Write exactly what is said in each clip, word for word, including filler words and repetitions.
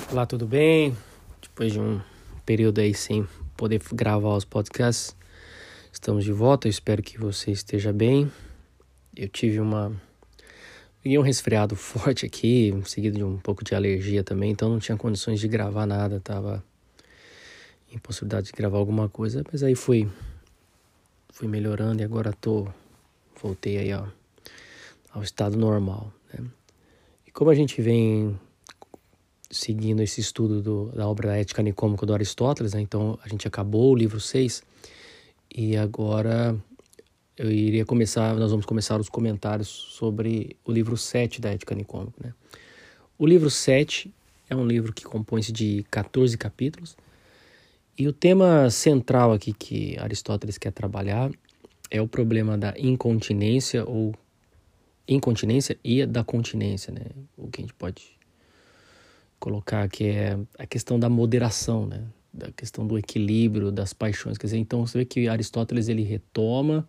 Olá, tudo bem? Depois de um período aí sem poder gravar os podcasts, estamos de volta. Eu espero que você esteja bem. Eu tive uma... Peguei um resfriado forte aqui, seguido de um pouco de alergia também, então não tinha condições de gravar nada, tava em possibilidade de gravar alguma coisa, mas aí fui, fui melhorando e agora tô... voltei aí ao, ao estado normal, né? E como a gente vem seguindo esse estudo do, da obra Ética Nicômaco do Aristóteles, né? Então a gente acabou o livro seis e agora eu iria começar, nós vamos começar os comentários sobre o livro sete da Ética Nicômaco, né? O livro sete é um livro que compõe-se de catorze capítulos e o tema central aqui que Aristóteles quer trabalhar é o problema da incontinência ou incontinência e da continência, né? O que a gente pode colocar que é a questão da moderação, né? Da questão do equilíbrio, das paixões. Quer dizer, então você vê que Aristóteles ele retoma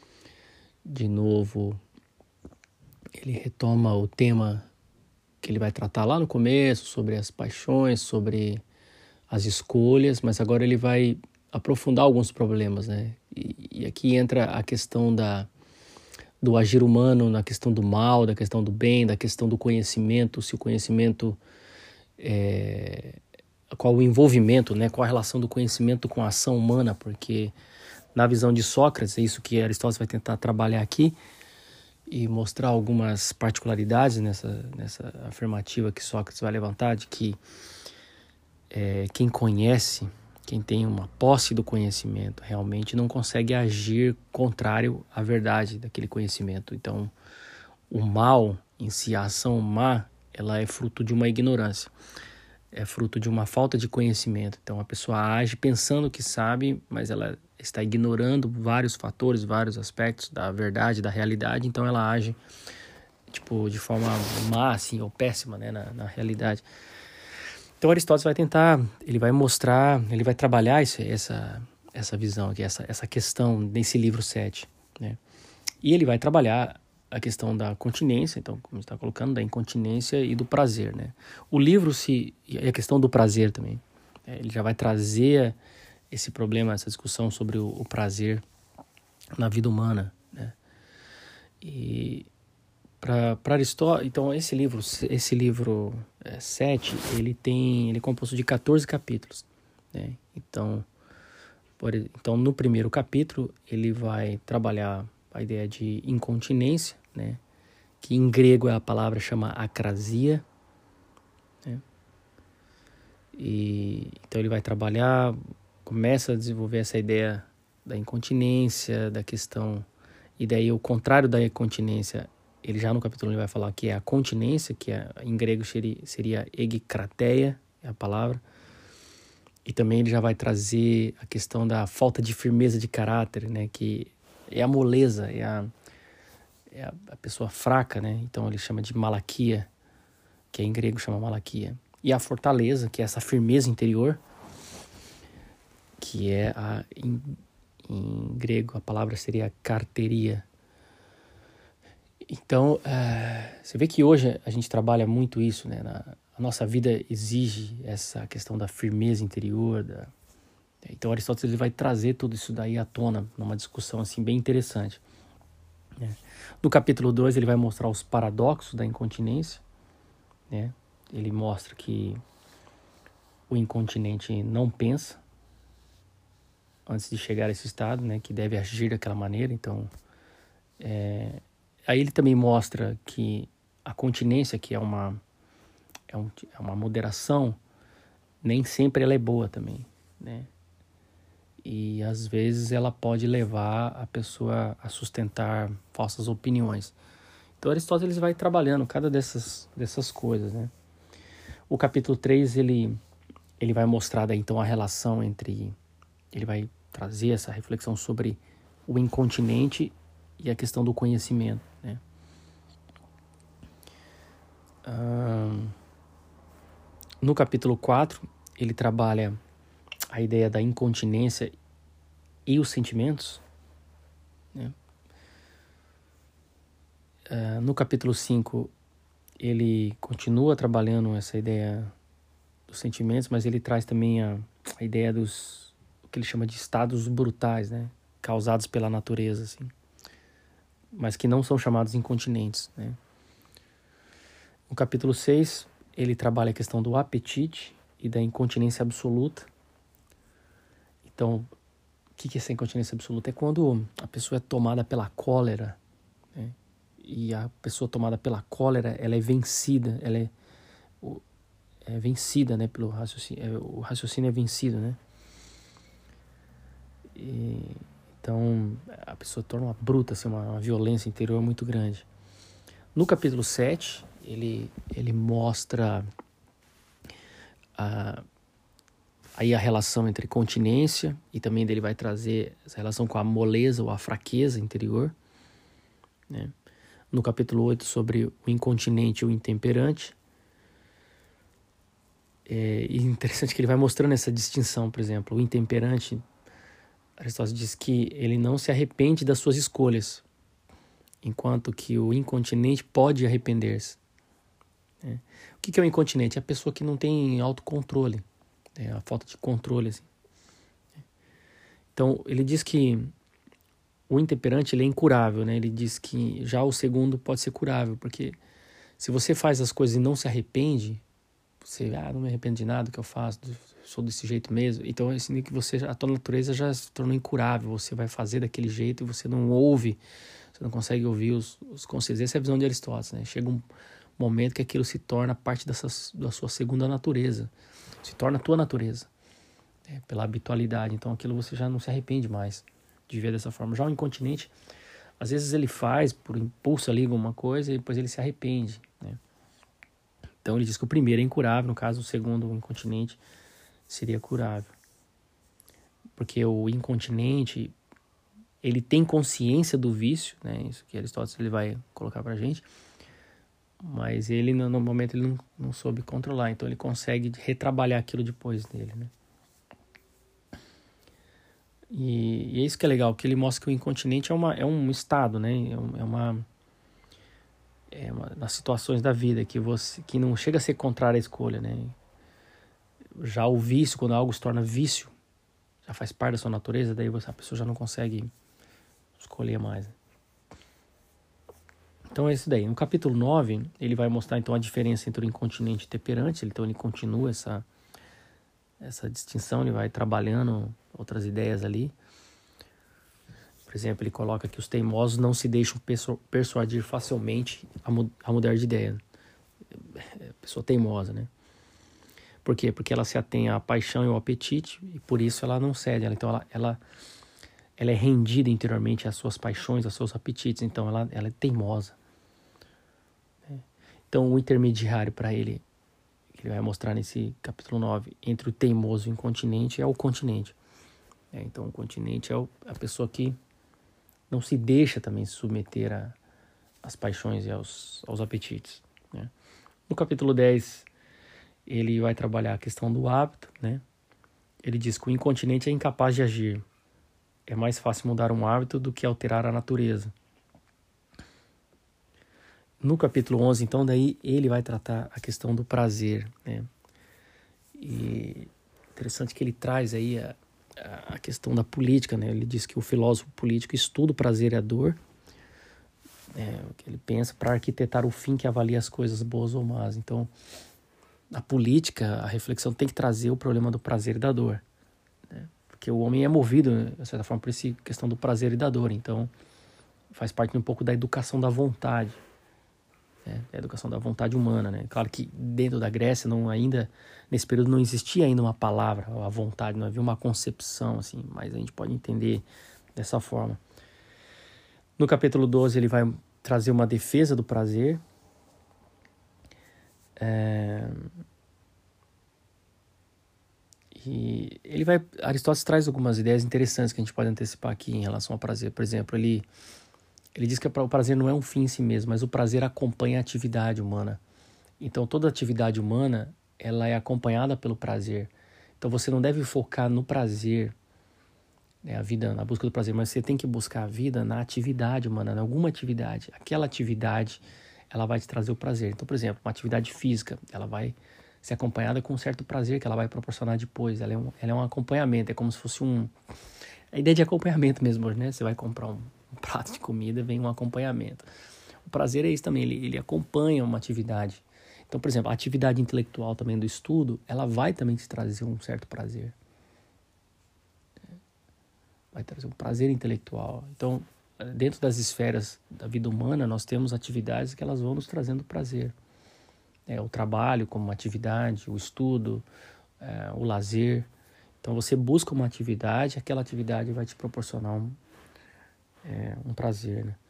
de novo, ele retoma o tema que ele vai tratar lá no começo, sobre as paixões, sobre as escolhas, mas agora ele vai aprofundar alguns problemas, né? E, e aqui entra a questão da, do agir humano, na questão do mal, da questão do bem, da questão do conhecimento, se o conhecimento... É, qual o envolvimento, né? Qual a relação do conhecimento com a ação humana, porque na visão de Sócrates, é isso que Aristóteles vai tentar trabalhar aqui e mostrar algumas particularidades nessa, nessa afirmativa que Sócrates vai levantar, de que é, quem conhece, quem tem uma posse do conhecimento, realmente não consegue agir contrário à verdade daquele conhecimento. Então, o mal em si, a ação má, ela é fruto de uma ignorância, é fruto de uma falta de conhecimento. Então a pessoa age pensando que sabe, mas ela está ignorando vários fatores, vários aspectos da verdade, da realidade, então ela age tipo, de forma má assim, ou péssima, né, na, na realidade. Então Aristóteles vai tentar, ele vai mostrar, ele vai trabalhar esse, essa, essa visão aqui, essa, essa questão nesse livro sete, né? E ele vai trabalhar a questão da continência, então, como está colocando, da incontinência e do prazer, né? O livro se... e a questão do prazer também. É, ele já vai trazer esse problema, essa discussão sobre o, o prazer na vida humana, né? E para Aristóteles, então, esse livro, esse livro é, sete, ele tem, ele é composto de catorze capítulos, né? Então, por, então, no primeiro capítulo, ele vai trabalhar a ideia de incontinência, né? Que em grego a palavra chama acrasia, né? E então ele vai trabalhar, começa a desenvolver essa ideia da incontinência, da questão, e daí o contrário da incontinência, ele já no capítulo ele vai falar que é a continência, que é, em grego seria, seria egikrateia, é a palavra. E também ele já vai trazer a questão da falta de firmeza de caráter, né? Que é a moleza, é a, é a, a pessoa fraca, né? Então ele chama de malaquia, que em grego chama malaquia. E a fortaleza, que é essa firmeza interior, que é a, em, em grego a palavra seria carteria. Então, uh, você vê que hoje a gente trabalha muito isso, né? Na, a nossa vida exige essa questão da firmeza interior, da... Então Aristóteles ele vai trazer tudo isso daí à tona numa discussão assim bem interessante, né? No capítulo dois ele vai mostrar os paradoxos da incontinência, né? Ele mostra que o incontinente não pensa antes de chegar a esse estado, né? Que deve agir daquela maneira. Então, é... aí ele também mostra que a continência, que é uma, é, um, é uma moderação, nem sempre ela é boa também, né? E às vezes ela pode levar a pessoa a sustentar falsas opiniões. Então Aristóteles vai trabalhando cada dessas, dessas coisas, né? O capítulo três, ele, ele vai mostrar daí, então a relação entre... Ele vai trazer essa reflexão sobre o incontinente e a questão do conhecimento, né? Ah, no capítulo quatro, ele trabalha a ideia da incontinência e os sentimentos, né? Uh, no capítulo cinco, ele continua trabalhando essa ideia dos sentimentos, mas ele traz também a, a ideia dos, o que ele chama de estados brutais, né? Causados pela natureza, assim, mas que não são chamados incontinentes, né? No capítulo seis, ele trabalha a questão do apetite e da incontinência absoluta. Então, o que é essa incontinência absoluta? É quando a pessoa é tomada pela cólera, né? E a pessoa tomada pela cólera, ela é vencida, ela é, é vencida, né, pelo raciocínio, o raciocínio é vencido, né? E, então, a pessoa torna uma bruta, assim, uma, uma violência interior muito grande. No capítulo sete, ele, ele mostra a, aí a relação entre continência, e também ele vai trazer essa relação com a moleza ou a fraqueza interior, né? No capítulo oito, sobre o incontinente e o intemperante. É interessante que ele vai mostrando essa distinção. Por exemplo, o intemperante, Aristóteles diz que ele não se arrepende das suas escolhas, enquanto que o incontinente pode arrepender-se. É. O que é o incontinente? É a pessoa que não tem autocontrole, é a falta de controle, assim. Então, ele diz que o intemperante, ele é incurável, né? Ele diz que já o segundo pode ser curável, porque se você faz as coisas e não se arrepende, você, ah, não me arrependo de nada que eu faço, sou desse jeito mesmo. Então, é assim que você, a tua natureza já se tornou incurável, você vai fazer daquele jeito e você não ouve, você não consegue ouvir os, os conselhos. Essa é a visão de Aristóteles, né? Chega um momento que aquilo se torna parte dessa, da sua segunda natureza, se torna a tua natureza, né? Pela habitualidade. Então, aquilo você já não se arrepende mais de ver dessa forma. Já o incontinente, às vezes ele faz por impulso ali alguma coisa e depois ele se arrepende, né? Então ele diz que o primeiro é incurável, no caso o segundo, o incontinente, seria curável. Porque o incontinente, ele tem consciência do vício, né? Isso que Aristóteles ele vai colocar pra gente, mas ele no momento ele não, não soube controlar, então ele consegue retrabalhar aquilo depois dele, né? E, e é isso que é legal, que ele mostra que o incontinente é, uma, é um estado, né? É, um, é uma... É uma, nas situações da vida que, você, que não chega a ser contrária à escolha, né? Já o vício, quando algo se torna vício, já faz parte da sua natureza, daí você, a pessoa já não consegue escolher mais. Então é isso daí. No capítulo nove, ele vai mostrar então a diferença entre o incontinente e o temperante. Então ele continua essa, essa distinção, ele vai trabalhando outras ideias ali. Por exemplo, ele coloca que os teimosos não se deixam persu- persuadir facilmente a, mu- a mudar de ideia. Pessoa teimosa, né? Por quê? Porque ela se atém à paixão e ao apetite e por isso ela não cede. Ela, então ela, ela, ela é rendida interiormente às suas paixões, aos seus apetites. Então ela, ela é teimosa. Né? Então o intermediário para ele, que ele vai mostrar nesse capítulo nove, entre o teimoso e o incontinente é o continente. É, então o continente é o, a pessoa que não se deixa também se submeter a, às paixões e aos, aos apetites, né? No capítulo dez, ele vai trabalhar a questão do hábito, né? Ele diz que o incontinente é incapaz de agir. É mais fácil mudar um hábito do que alterar a natureza. No capítulo onze, então, daí ele vai tratar a questão do prazer, né? E interessante que ele traz aí a, a questão da política, né? Ele diz que o filósofo político estuda o prazer e a dor, é, o que ele pensa, para arquitetar o fim que avalia as coisas boas ou más. Então, a política, a reflexão tem que trazer o problema do prazer e da dor, né? Porque o homem é movido, de certa forma, por essa questão do prazer e da dor. Então, faz parte um pouco da educação da vontade, né? A educação da vontade humana, né? Claro que dentro da Grécia, não, ainda, nesse período, não existia ainda uma palavra, a vontade, não havia uma concepção, assim, mas a gente pode entender dessa forma. No capítulo doze, ele vai trazer uma defesa do prazer. É... E ele vai... Aristóteles traz algumas ideias interessantes que a gente pode antecipar aqui em relação ao prazer. Por exemplo, ele, ele diz que o prazer não é um fim em si mesmo, mas o prazer acompanha a atividade humana. Então, toda atividade humana, ela é acompanhada pelo prazer. Então, você não deve focar no prazer, né, a vida, na busca do prazer, mas você tem que buscar a vida na atividade humana, em alguma atividade. Aquela atividade, ela vai te trazer o prazer. Então, por exemplo, uma atividade física, ela vai ser acompanhada com um certo prazer que ela vai proporcionar depois. Ela é um, ela é um acompanhamento, é como se fosse um... A ideia de acompanhamento mesmo, né? Você vai comprar um, um prato de comida, vem um acompanhamento. O prazer é isso também, ele, ele acompanha uma atividade. Então, por exemplo, a atividade intelectual também do estudo, ela vai também te trazer um certo prazer. Vai trazer um prazer intelectual. Então, dentro das esferas da vida humana, nós temos atividades que elas vão nos trazendo prazer. É, o trabalho como uma atividade, o estudo, é, o lazer. Então, você busca uma atividade, aquela atividade vai te proporcionar um, é, um prazer, né?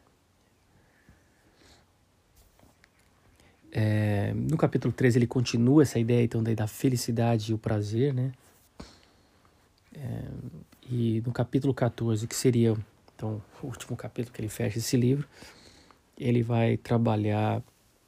É, no capítulo treze ele continua essa ideia então daí da felicidade e o prazer, né? É, e no capítulo quatorze, que seria então o último capítulo que ele fecha esse livro, ele vai trabalhar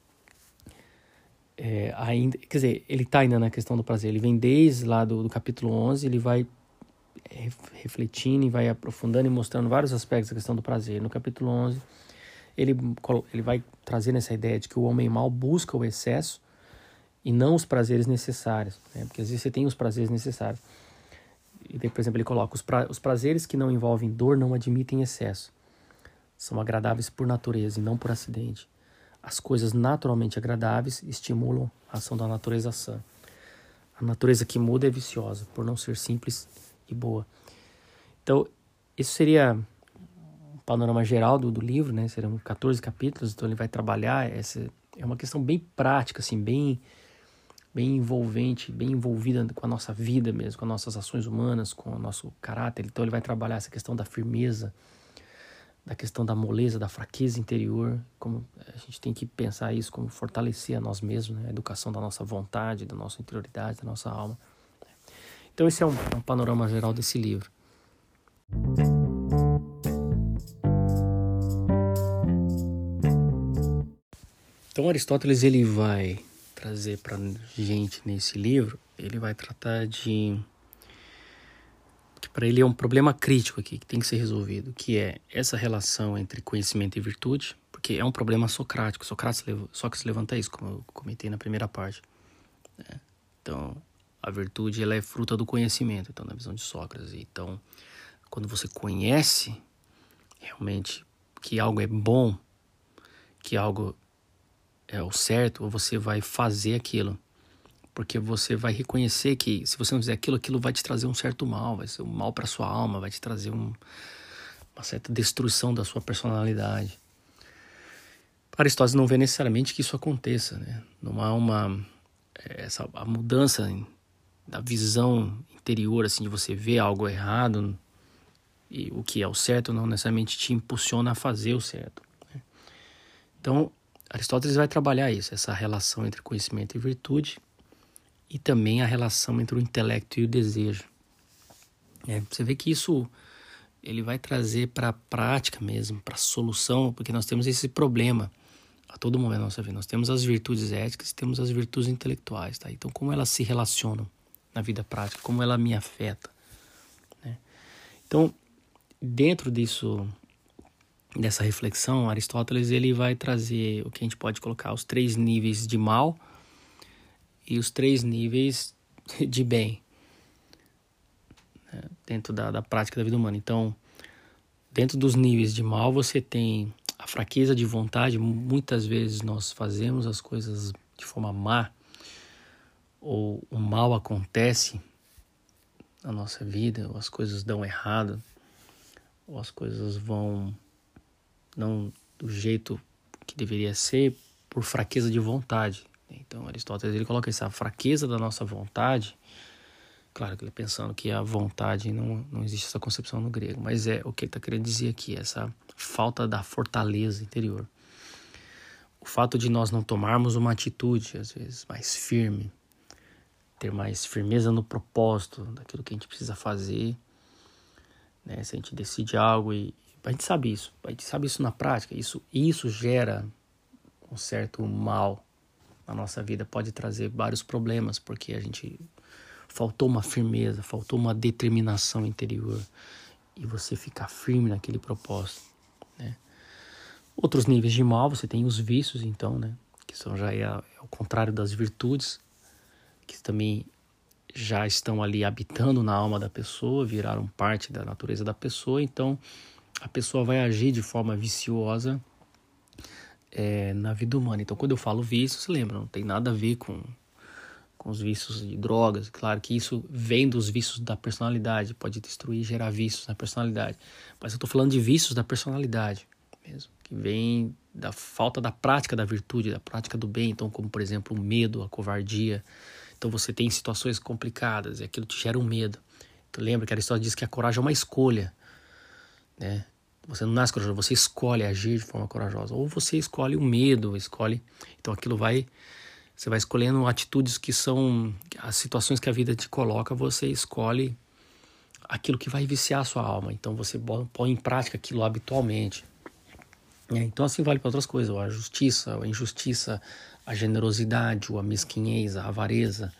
é, ainda, quer dizer, ele está ainda na questão do prazer, ele vem desde lá do, do capítulo onze, ele vai refletindo e vai aprofundando e mostrando vários aspectos da questão do prazer. No capítulo onze Ele, ele vai trazendo essa ideia de que o homem mau busca o excesso e não os prazeres necessários, né? Porque às vezes você tem os prazeres necessários. E daí, por exemplo, ele coloca os, pra, os prazeres que não envolvem dor não admitem excesso. São agradáveis por natureza e não por acidente. As coisas naturalmente agradáveis estimulam a ação da natureza sã. A natureza que muda é viciosa, por não ser simples e boa. Então, isso seria... panorama geral do, do livro, né? Serão quatorze capítulos, então ele vai trabalhar essa... É uma questão bem prática, assim, bem, bem envolvente, bem envolvida com a nossa vida mesmo, com as nossas ações humanas, com o nosso caráter. Então ele vai trabalhar essa questão da firmeza, da questão da moleza, da fraqueza interior, como a gente tem que pensar isso, como fortalecer a nós mesmos, né? A educação da nossa vontade, da nossa interioridade, da nossa alma. Então esse é um, é um panorama geral desse livro. Então Aristóteles ele vai trazer para gente nesse livro, ele vai tratar de que para ele é um problema crítico aqui que tem que ser resolvido, que é essa relação entre conhecimento e virtude, porque é um problema socrático. Sócrates, Sócrates levanta isso, como eu comentei na primeira parte, né? Então a virtude ela é fruta do conhecimento, então na visão de Sócrates. Então quando você conhece realmente que algo é bom, que algo é o certo, você vai fazer aquilo. Porque você vai reconhecer que se você não fizer aquilo, aquilo vai te trazer um certo mal, vai ser um mal para sua alma, vai te trazer um, uma certa destruição da sua personalidade. Aristóteles não vê necessariamente que isso aconteça, né? Não há uma... Essa, a mudança da visão interior, assim, de você ver algo errado e o que é o certo não necessariamente te impulsiona a fazer o certo, né? Então, Aristóteles vai trabalhar isso, essa relação entre conhecimento e virtude e também a relação entre o intelecto e o desejo. É, você vê que isso ele vai trazer para a prática mesmo, para a solução, porque nós temos esse problema a todo momento da nossa vida. Nós temos as virtudes éticas e temos as virtudes intelectuais, tá? Então, como elas se relacionam na vida prática, como ela me afeta, né? Então, dentro disso... dessa reflexão, Aristóteles ele vai trazer o que a gente pode colocar os três níveis de mal e os três níveis de bem, né, dentro da, da prática da vida humana. Então, dentro dos níveis de mal você tem a fraqueza de vontade. Muitas vezes nós fazemos as coisas de forma má, ou o mal acontece na nossa vida, ou as coisas dão errado, ou as coisas vão não do jeito que deveria ser, por fraqueza de vontade. Então Aristóteles ele coloca essa fraqueza da nossa vontade, claro que ele pensando que a vontade não, não existe essa concepção no grego, mas é o que ele está querendo dizer aqui, essa falta da fortaleza interior. O fato de nós não tomarmos uma atitude, às vezes, mais firme, ter mais firmeza no propósito daquilo que a gente precisa fazer, né? Se a gente decide algo e a gente sabe isso, a gente sabe isso na prática, isso, isso gera um certo mal na nossa vida, pode trazer vários problemas, porque a gente faltou uma firmeza, faltou uma determinação interior, e você ficar firme naquele propósito, né? Outros níveis de mal, você tem os vícios, então, né? Que são já é, é o contrário das virtudes, que também já estão ali habitando na alma da pessoa, viraram parte da natureza da pessoa, então a pessoa vai agir de forma viciosa é, na vida humana. Então, quando eu falo vício, você lembra, não tem nada a ver com, com os vícios de drogas. Claro que isso vem dos vícios da personalidade, pode destruir e gerar vícios na personalidade. Mas eu estou falando de vícios da personalidade mesmo, que vem da falta da prática da virtude, da prática do bem. Então, como por exemplo, o medo, a covardia. Então você tem situações complicadas e aquilo te gera um medo. Tu lembra que a Aristóteles diz que a coragem é uma escolha, né? Você não nasce corajoso, você escolhe agir de forma corajosa. Ou você escolhe o medo, escolhe... Então aquilo vai... Você vai escolhendo atitudes que são... As situações que a vida te coloca, você escolhe aquilo que vai viciar a sua alma. Então você põe em prática aquilo habitualmente. É, então assim vale para outras coisas. A justiça, a injustiça, a generosidade, a mesquinhez, a avareza,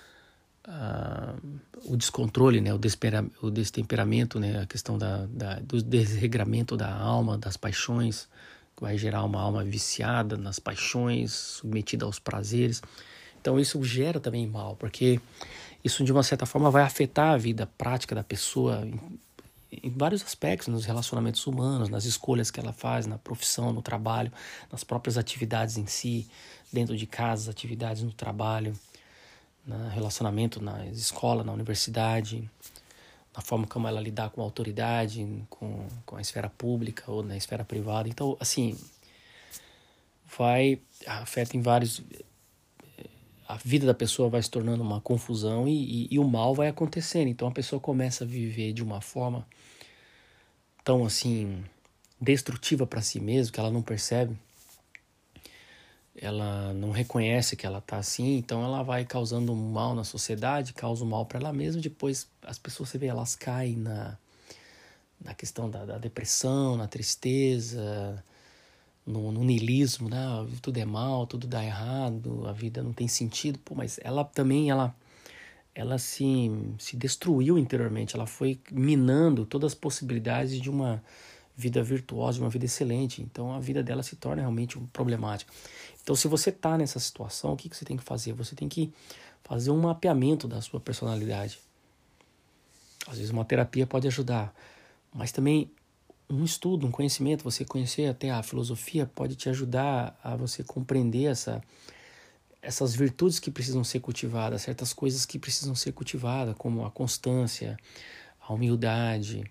uh, o descontrole, né, o, despera, o destemperamento, né, a questão da, da, do desregramento da alma, das paixões, que vai gerar uma alma viciada nas paixões, submetida aos prazeres. Então isso gera também mal, porque isso de uma certa forma vai afetar a vida prática da pessoa em, em vários aspectos, nos relacionamentos humanos, nas escolhas que ela faz, na profissão, no trabalho, nas próprias atividades em si, dentro de casa, atividades no trabalho, no relacionamento na escola, na universidade, na forma como ela lidar com a autoridade, com, com a esfera pública ou na esfera privada. Então, assim, vai, afeta em vários... A vida da pessoa vai se tornando uma confusão e, e, e o mal vai acontecendo. Então a pessoa começa a viver de uma forma tão assim destrutiva para si mesma que ela não percebe. Ela não reconhece que ela está assim, então ela vai causando um mal na sociedade, causa um mal para ela mesma. Depois as pessoas, você vê, elas caem na, na questão da, da depressão, na tristeza, no, no niilismo, né? Tudo é mal, tudo dá errado, a vida não tem sentido. Pô, mas ela também, ela, ela se, se destruiu interiormente, ela foi minando todas as possibilidades de uma vida virtuosa, de uma vida excelente. Então a vida dela se torna realmente um problemática. Então se você está nessa situação, o que, que você tem que fazer? Você tem que fazer um mapeamento da sua personalidade. Às vezes uma terapia pode ajudar, mas também um estudo, um conhecimento, você conhecer até a filosofia pode te ajudar a você compreender essa, essas virtudes que precisam ser cultivadas, certas coisas que precisam ser cultivadas, como a constância, a humildade,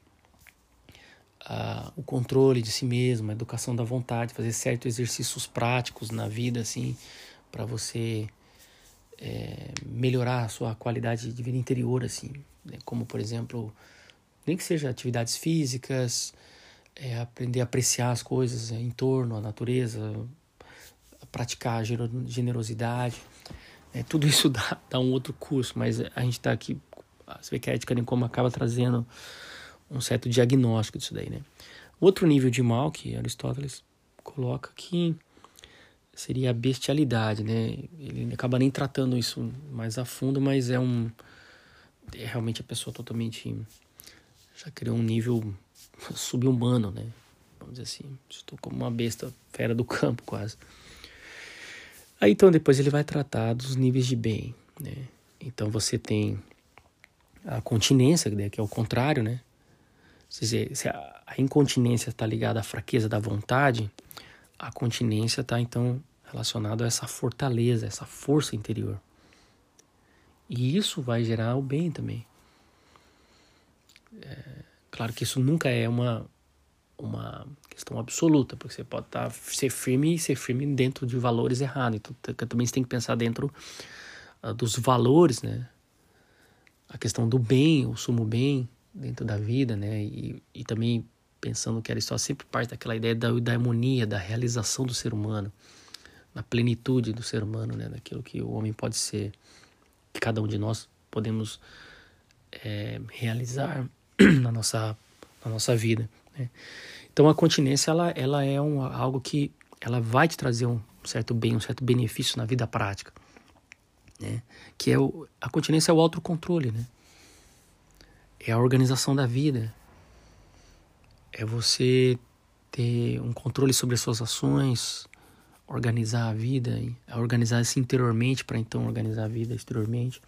a, o controle de si mesmo, a educação da vontade, fazer certos exercícios práticos na vida, assim, para você é, melhorar a sua qualidade de vida interior, assim, né? Como, por exemplo, nem que seja atividades físicas, É aprender a apreciar as coisas em torno, a natureza, a praticar a generosidade. É, tudo isso dá, dá um outro curso, mas a gente está aqui, você vê que a ética Nicomo acaba trazendo um certo diagnóstico disso daí, né? Outro nível de mal que Aristóteles coloca aqui seria a bestialidade, né? Ele acaba nem tratando isso mais a fundo, mas é um... É realmente a pessoa totalmente... Já criou um nível sub-humano, né? Vamos dizer assim, estou como uma besta fera do campo quase. Aí então depois ele vai tratar dos níveis de bem, né? Então você tem a continência, que é o contrário, né? Quer dizer, se a incontinência está ligada à fraqueza da vontade, a continência está então relacionada a essa fortaleza, essa força interior. E isso vai gerar o bem também. É, claro que isso nunca é uma, uma questão absoluta, porque você pode tá, ser firme e ser firme dentro de valores errados. Então também você tem que pensar dentro uh, dos valores, né? A questão do bem, o sumo bem dentro da vida, né? E, e também pensando que Aristóteles sempre parte daquela ideia da eudaimonia, da realização do ser humano, na plenitude do ser humano, né? Daquilo que o homem pode ser, que cada um de nós podemos é, realizar na nossa, na nossa vida, né? Então a continência ela, ela é um, algo que ela vai te trazer um certo bem, um certo benefício na vida prática, né? Que é o, a continência é o autocontrole, né? É a organização da vida, é você ter um controle sobre as suas ações, organizar a vida, a organizar-se interiormente para então organizar a vida exteriormente.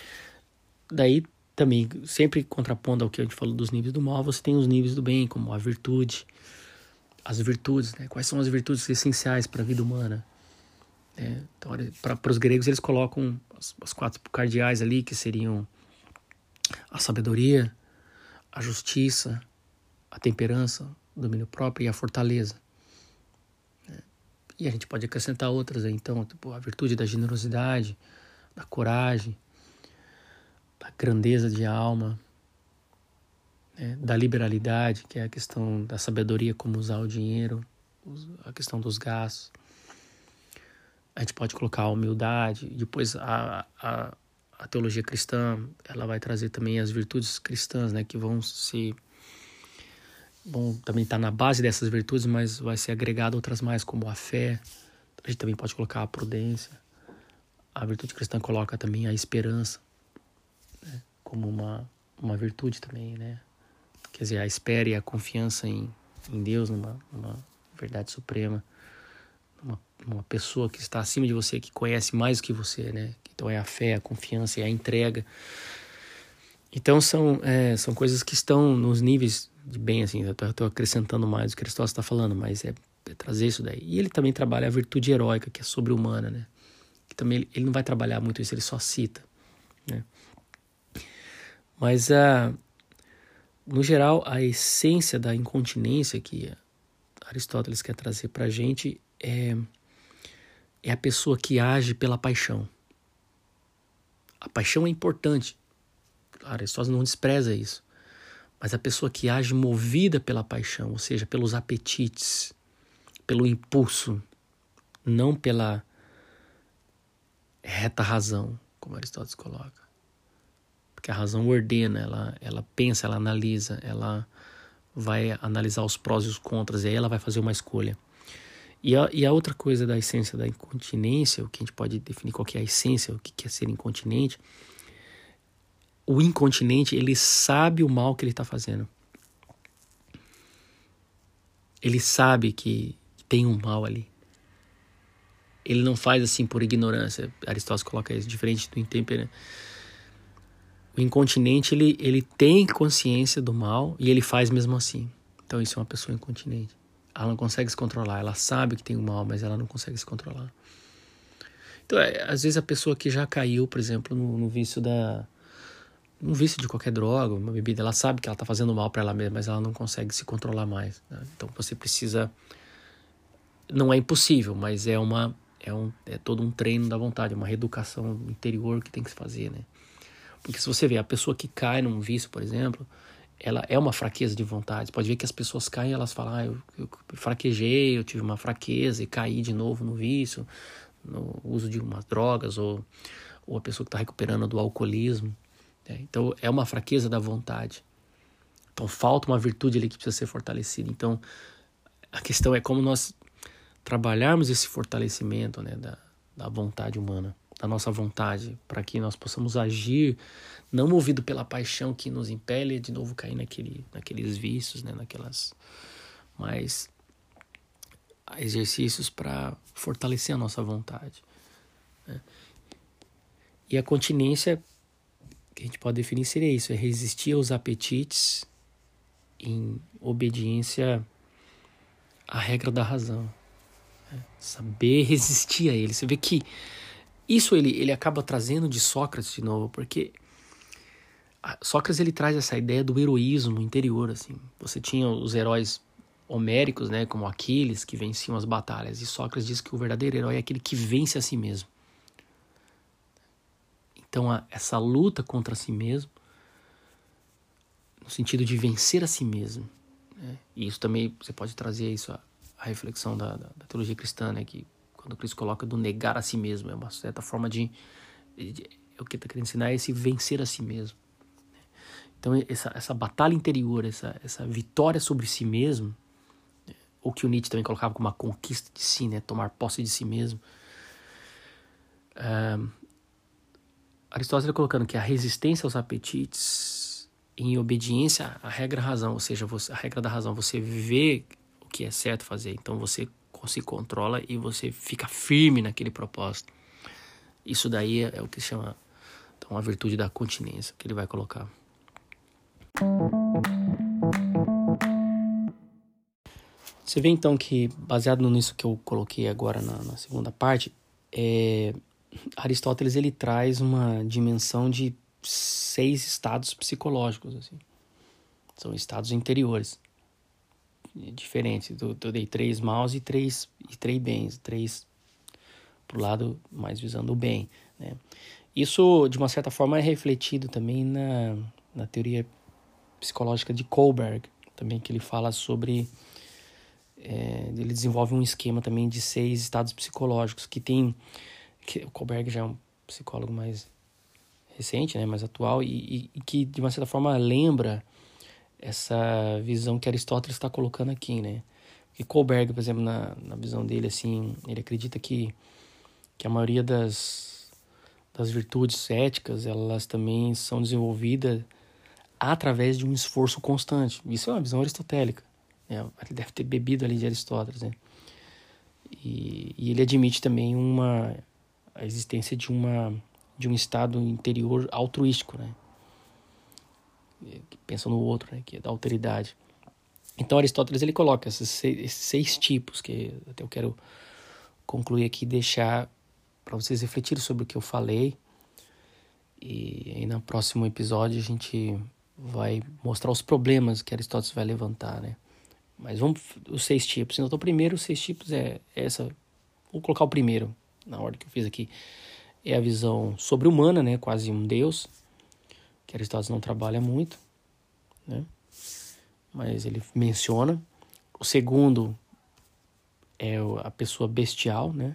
Daí também, sempre contrapondo ao que a gente falou dos níveis do mal, você tem os níveis do bem, como a virtude, as virtudes, né? Quais são as virtudes essenciais para a vida humana? É, então, para os gregos eles colocam as, as quatro cardeais ali, que seriam a sabedoria, a justiça, a temperança, o domínio próprio e a fortaleza. É, e a gente pode acrescentar outras aí, então, tipo, a virtude da generosidade, da coragem, da grandeza de alma, né, da liberalidade, que é a questão da sabedoria, como usar o dinheiro, a questão dos gastos. A gente pode colocar a humildade. Depois a, a, a teologia cristã, ela vai trazer também as virtudes cristãs, né, que vão se vão também estar tá na base dessas virtudes, mas vai ser agregado outras mais, como a fé. A gente também pode colocar a prudência. A virtude cristã coloca também a esperança, né, como uma, uma virtude também, né? Quer dizer, a espera e a confiança em, em Deus, numa, numa verdade suprema, numa, numa pessoa que está acima de você, que conhece mais do que você, né? Então é a fé, a confiança e a entrega. Então são, é, são coisas que estão nos níveis de bem, assim, eu estou acrescentando mais o que Aristóteles está falando, mas é, é trazer isso daí. E ele também trabalha a virtude heróica, que é sobre-humana, né? Que também ele, ele não vai trabalhar muito isso, ele só cita, né? Mas, uh, no geral, a essência da incontinência que Aristóteles quer trazer para a gente é, é a pessoa que age pela paixão. A paixão é importante. Claro, Aristóteles não despreza isso. Mas a pessoa que age movida pela paixão, ou seja, pelos apetites, pelo impulso, não pela reta razão, como Aristóteles coloca. Porque a razão ordena, ela, ela pensa, ela analisa, ela vai analisar os prós e os contras, e aí ela vai fazer uma escolha. E a, e a outra coisa da essência da incontinência, o que a gente pode definir qual que é a essência, o que é ser incontinente, o incontinente, ele sabe o mal que ele está fazendo. Ele sabe que tem um mal ali. Ele não faz assim por ignorância. Aristóteles coloca isso, diferente do intemperante. O incontinente, ele, ele tem consciência do mal e ele faz mesmo assim. Então isso é uma pessoa incontinente. Ela não consegue se controlar. Ela sabe que tem um mal, mas ela não consegue se controlar. Então, é, às vezes a pessoa que já caiu, por exemplo, no, no vício da... um vício de qualquer droga, uma bebida, ela sabe que ela está fazendo mal para ela mesma, mas ela não consegue se controlar mais, né? Então você precisa... Não é impossível, mas é, uma, é, um, é todo um treino da vontade, uma reeducação interior que tem que se fazer, né? Porque se você vê, a pessoa que cai num vício, por exemplo, ela é uma fraqueza de vontade. Você pode ver que as pessoas caem e elas falam, ah, eu, eu fraquejei, eu tive uma fraqueza e caí de novo no vício, no uso de umas drogas, ou, ou a pessoa que está recuperando do alcoolismo. É, então, é uma fraqueza da vontade. Então, falta uma virtude ali que precisa ser fortalecida. Então, a questão é como nós trabalharmos esse fortalecimento, né, da, da vontade humana, da nossa vontade, para que nós possamos agir, não movido pela paixão que nos impele de novo cair naquele, naqueles vícios, né, naquelas... Mas exercícios para fortalecer a nossa vontade, né? E a continência, que a gente pode definir, seria isso, é resistir aos apetites em obediência à regra da razão, né? Saber resistir a ele. Você vê que isso ele, ele acaba trazendo de Sócrates de novo, porque Sócrates ele traz essa ideia do heroísmo interior, assim. Você tinha os heróis homéricos, né, como Aquiles, que venciam as batalhas, e Sócrates diz que o verdadeiro herói é aquele que vence a si mesmo. Então, a, essa luta contra si mesmo, no sentido de vencer a si mesmo, né? E isso também, você pode trazer isso à, à reflexão da, da, da teologia cristã, né? Que quando Cristo coloca do negar a si mesmo, é uma certa forma de... de, de o que está querendo ensinar é esse vencer a si mesmo. Então, essa, essa batalha interior, essa, essa vitória sobre si mesmo, o que o Nietzsche também colocava como uma conquista de si, né? Tomar posse de si mesmo. Uh, Aristóteles está colocando que a resistência aos apetites em obediência à regra da razão, ou seja, você, a regra da razão, você vê o que é certo fazer, então você se controla e você fica firme naquele propósito. Isso daí é, é o que se chama então, a virtude da continência, que ele vai colocar. Você vê então que, baseado nisso que eu coloquei agora na, na segunda parte, é, Aristóteles ele traz uma dimensão de seis estados psicológicos, assim. São estados interiores, diferentes. Eu, eu dei três maus e três, e três bens, três pro lado mais visando o bem, né? Isso, de uma certa forma, é refletido também na, na teoria psicológica de Kohlberg, também, que ele fala sobre... É, ele desenvolve um esquema também de seis estados psicológicos, que tem... Que, o Kohlberg já é um psicólogo mais recente, né, mais atual, e, e, e que, de uma certa forma, lembra essa visão que Aristóteles está colocando aqui, né? Porque Kohlberg, por exemplo, na, na visão dele, assim, ele acredita que, que a maioria das, das virtudes éticas, elas também são desenvolvidas através de um esforço constante. Isso é uma visão aristotélica, né? Ele deve ter bebido ali de Aristóteles, né? E, e ele admite também uma, a existência de, uma, de um estado interior altruístico, né? Que pensa no outro, né? Que é da alteridade. Então Aristóteles ele coloca esses seis, esses seis tipos, que até eu quero concluir aqui, deixar para vocês refletirem sobre o que eu falei. E aí no próximo episódio a gente vai mostrar os problemas que Aristóteles vai levantar, né? Mas vamos, os seis tipos. Então, o primeiro, os seis tipos é essa. Vou colocar o primeiro, na ordem que eu fiz aqui. É a visão sobre-humana, né? Quase um deus, que Aristóteles não trabalha muito, né? Mas ele menciona. O segundo é a pessoa bestial, né?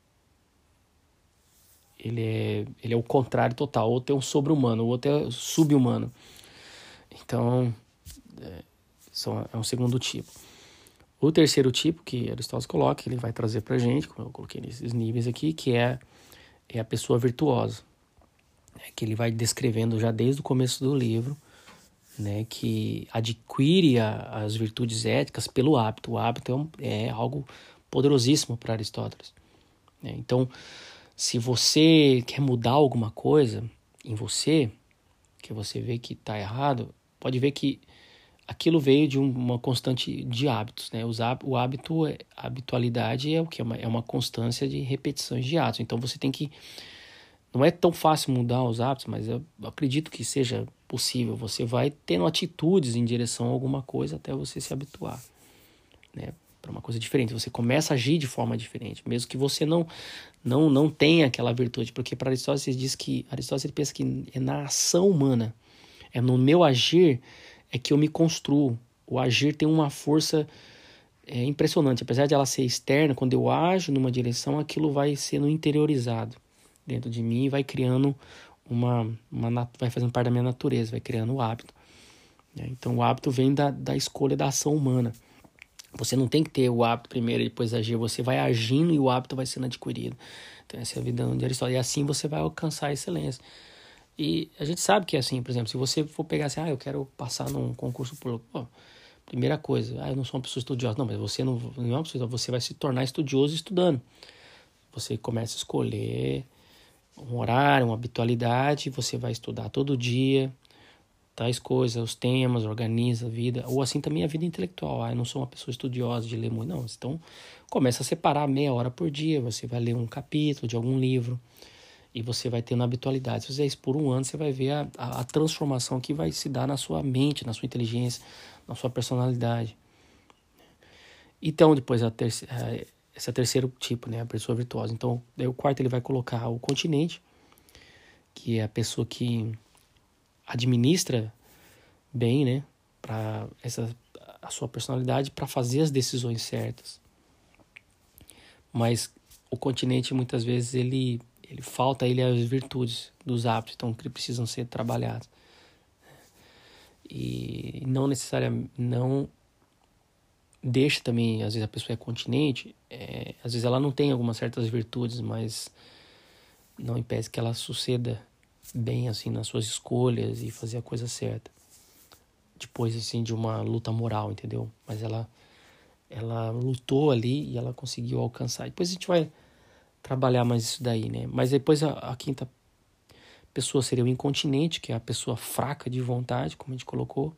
Ele é, ele é o contrário total. O outro é um sobre-humano, o outro é sub-humano. Então, é, são, é um segundo tipo. O terceiro tipo que Aristóteles coloca, ele vai trazer pra gente, como eu coloquei nesses níveis aqui, que é, é a pessoa virtuosa. É, que ele vai descrevendo já desde o começo do livro, né, que adquire a, as virtudes éticas pelo hábito. O hábito é, um, é algo poderosíssimo para Aristóteles, né? Então, se você quer mudar alguma coisa em você, que você vê que está errado, pode ver que aquilo veio de uma constante de hábitos, né? Os, o hábito, a habitualidade é o que? É uma, é uma constância de repetições de atos. Então você tem que... Não é tão fácil mudar os hábitos, mas eu acredito que seja possível. Você vai tendo atitudes em direção a alguma coisa até você se habituar, né? Para uma coisa diferente. Você começa a agir de forma diferente, mesmo que você não, não, não tenha aquela virtude. Porque para Aristóteles diz que... Aristóteles ele pensa que é na ação humana, é no meu agir... é que eu me construo. O agir tem uma força é, impressionante. Apesar de ela ser externa, quando eu ajo numa direção, aquilo vai sendo interiorizado dentro de mim e vai criando uma, uma... vai fazendo parte da minha natureza, vai criando o hábito, né? Então o hábito vem da, da escolha da ação humana. Você não tem que ter o hábito primeiro e depois agir. Você vai agindo e o hábito vai sendo adquirido. Então essa é a vida de Aristóteles. E assim você vai alcançar a excelência. E a gente sabe que é assim, por exemplo, se você for pegar assim, ah, eu quero passar num concurso público, pô, primeira coisa, ah, eu não sou uma pessoa estudiosa. Não, mas você não, não é uma pessoa, você vai se tornar estudioso estudando. Você começa a escolher um horário, uma habitualidade, você vai estudar todo dia, tais coisas, os temas, organiza a vida, ou assim também a vida intelectual. Ah, eu não sou uma pessoa estudiosa de ler muito, não. Então, começa a separar meia hora por dia, você vai ler um capítulo de algum livro, e você vai tendo habitualidade. Se você fizer isso por um ano, você vai ver a, a, a transformação que vai se dar na sua mente, na sua inteligência, na sua personalidade. Então, depois, a terceira, esse é o terceiro tipo, né? A pessoa virtuosa. Então, daí o quarto ele vai colocar o continente, que é a pessoa que administra bem, né? Pra essa, a sua personalidade para fazer as decisões certas. Mas o continente, muitas vezes, ele... Ele falta a ele as virtudes dos hábitos, então que precisam ser trabalhados. E não necessariamente, não deixa também, às vezes a pessoa é continente, é, às vezes ela não tem algumas certas virtudes, mas não impede que ela suceda bem assim nas suas escolhas e fazer a coisa certa. Depois assim de uma luta moral, entendeu? Mas ela, ela lutou ali e ela conseguiu alcançar. Depois a gente vai trabalhar mais isso daí, né? Mas depois a, a quinta pessoa seria o incontinente, que é a pessoa fraca de vontade, como a gente colocou.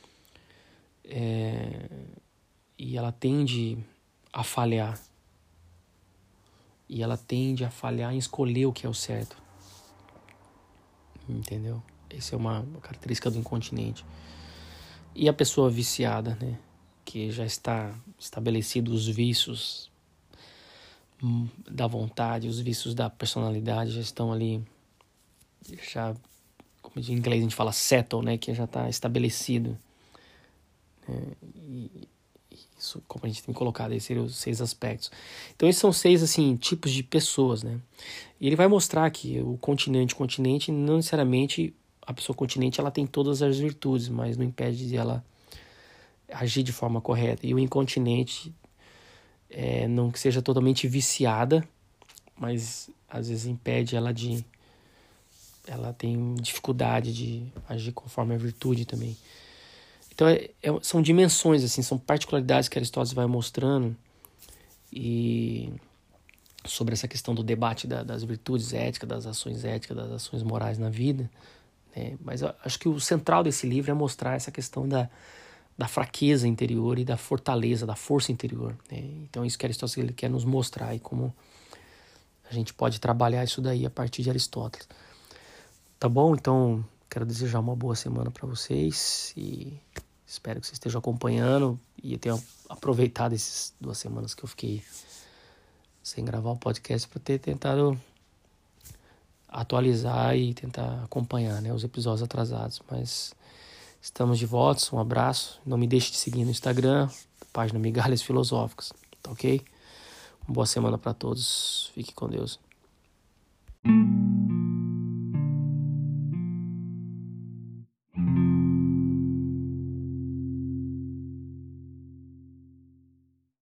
É... E ela tende a falhar. E ela tende a falhar em escolher o que é o certo. Entendeu? Essa é uma característica do incontinente. E a pessoa viciada, né? Que já está estabelecido os vícios da vontade, os vícios da personalidade já estão ali, já, como em inglês a gente fala settle, né? Que já está estabelecido. Né? E isso, como a gente tem colocado aí, seriam os seis aspectos. Então esses são seis, assim, tipos de pessoas, né? E ele vai mostrar que o continente, continente, não necessariamente a pessoa continente ela tem todas as virtudes, mas não impede de ela agir de forma correta. E o incontinente é, não que seja totalmente viciada, mas às vezes impede ela de... Ela tem dificuldade de agir conforme a virtude também. Então é, é, são dimensões, assim, são particularidades que Aristóteles vai mostrando e sobre essa questão do debate da, das virtudes éticas, das ações éticas, das ações morais na vida. Né? Mas eu acho que o central desse livro é mostrar essa questão da, da fraqueza interior e da fortaleza, da força interior. Né? Então isso que Aristóteles ele quer nos mostrar e como a gente pode trabalhar isso daí a partir de Aristóteles. Tá bom? Então quero desejar uma boa semana para vocês e espero que vocês estejam acompanhando e tenham aproveitado essas duas semanas que eu fiquei sem gravar o podcast para ter tentado atualizar e tentar acompanhar, né, os episódios atrasados. Mas estamos de volta, um abraço. Não me deixe de seguir no Instagram, página Migalhas Filosóficas, tá ok? Uma boa semana para todos. Fique com Deus.